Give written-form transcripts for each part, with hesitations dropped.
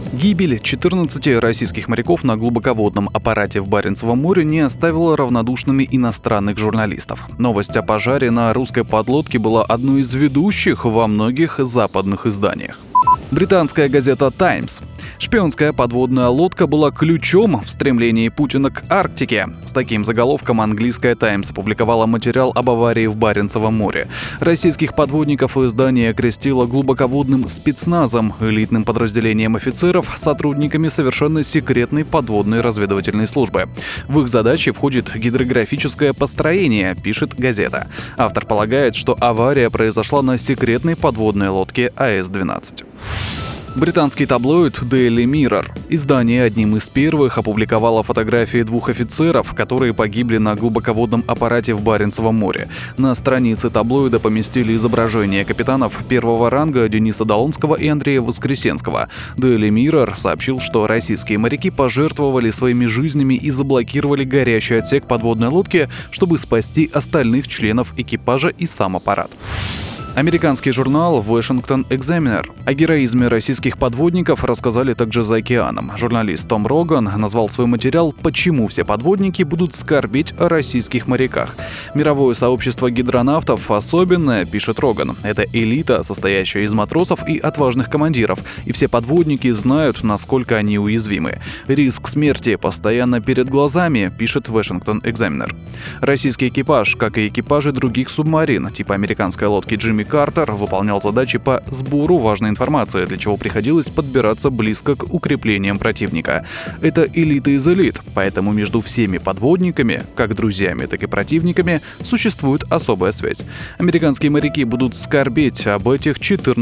Гибель 14 российских моряков на глубоководном аппарате в Баренцевом море не оставила равнодушными иностранных журналистов. Новость о пожаре на русской подлодке была одной из ведущих во многих западных изданиях. Британская газета «Таймс». Шпионская подводная лодка была ключом в стремлении Путина к Арктике. С таким заголовком английская «Таймс» опубликовала материал об аварии в Баренцевом море. Российских подводников издание окрестило глубоководным спецназом, элитным подразделением офицеров, сотрудниками совершенно секретной подводной разведывательной службы. В их задачи входит гидрографическое построение, пишет газета. Автор полагает, что авария произошла на секретной подводной лодке АС-12. Британский таблоид Daily Mirror. Издание одним из первых опубликовало фотографии двух офицеров, которые погибли на глубоководном аппарате в Баренцевом море. На странице таблоида поместили изображения капитанов первого ранга Дениса Долонского и Андрея Воскресенского. Daily Mirror сообщил, что российские моряки пожертвовали своими жизнями и заблокировали горящий отсек подводной лодки, чтобы спасти остальных членов экипажа и сам аппарат. Американский журнал Washington Examiner. О героизме российских подводников рассказали также за океаном. Журналист Том Роган назвал свой материал «Почему все подводники будут скорбеть о российских моряках». Мировое сообщество гидронавтов особенное, пишет Роган. Это элита, состоящая из матросов и отважных командиров, и все подводники знают, насколько они уязвимы. Риск смерти постоянно перед глазами, пишет Washington Examiner. Российский экипаж, как и экипажи других субмарин, типа американской лодки Джимми Картер, выполнял задачи по сбору важной информации, для чего приходилось подбираться близко к укреплениям противника. Это элита из элит, поэтому между всеми подводниками, как друзьями, так и противниками, существует особая связь. Американские моряки будут скорбеть об этих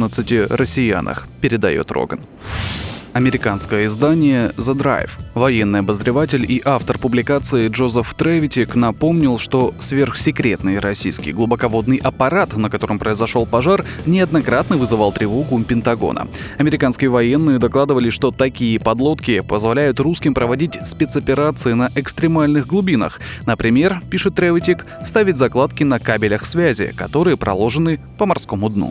14 россиянах, передает Роган. Американское издание The Drive. Военный обозреватель и автор публикации Джозеф Тревитик напомнил, что сверхсекретный российский глубоководный аппарат, на котором произошел пожар, неоднократно вызывал тревогу у Пентагона. Американские военные докладывали, что такие подлодки позволяют русским проводить спецоперации на экстремальных глубинах. Например, пишет Тревитик, ставить закладки на кабелях связи, которые проложены по морскому дну.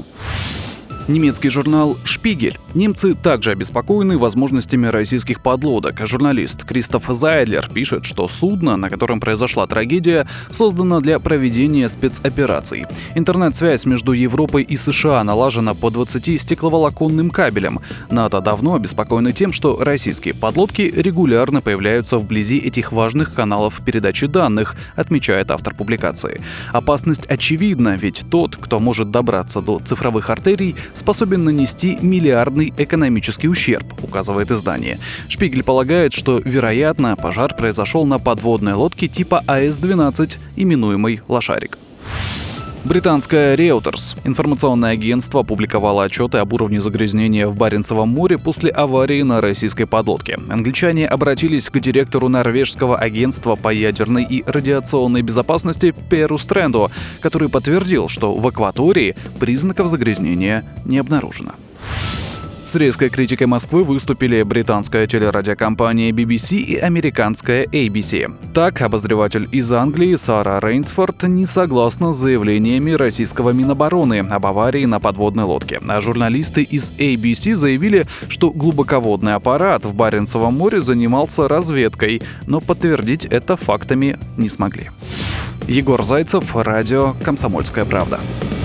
Немецкий журнал «Шпигель». Немцы также обеспокоены возможностями российских подлодок. Журналист Кристоф Зайдлер пишет, что судно, на котором произошла трагедия, создано для проведения спецопераций. Интернет-связь между Европой и США налажена по 20 стекловолоконным кабелям. НАТО давно обеспокоены тем, что российские подлодки регулярно появляются вблизи этих важных каналов передачи данных, отмечает автор публикации. Опасность очевидна, ведь тот, кто может добраться до цифровых артерий, способен нанести миллиардный экономический ущерб, указывает издание. Шпигель полагает, что, вероятно, пожар произошел на подводной лодке типа АС-12, именуемой «Лошарик». Британское Reuters. Информационное агентство опубликовало отчеты об уровне загрязнения в Баренцевом море после аварии на российской подлодке. Англичане обратились к директору норвежского агентства по ядерной и радиационной безопасности Перу Стрэнду, который подтвердил, что в акватории признаков загрязнения не обнаружено. С резкой критикой Москвы выступили британская телерадиокомпания BBC и американская ABC. Так, обозреватель из Англии Сара Рейнсфорд не согласна с заявлениями российского Минобороны об аварии на подводной лодке. А журналисты из ABC заявили, что глубоководный аппарат в Баренцевом море занимался разведкой, но подтвердить это фактами не смогли. Егор Зайцев, радио «Комсомольская правда».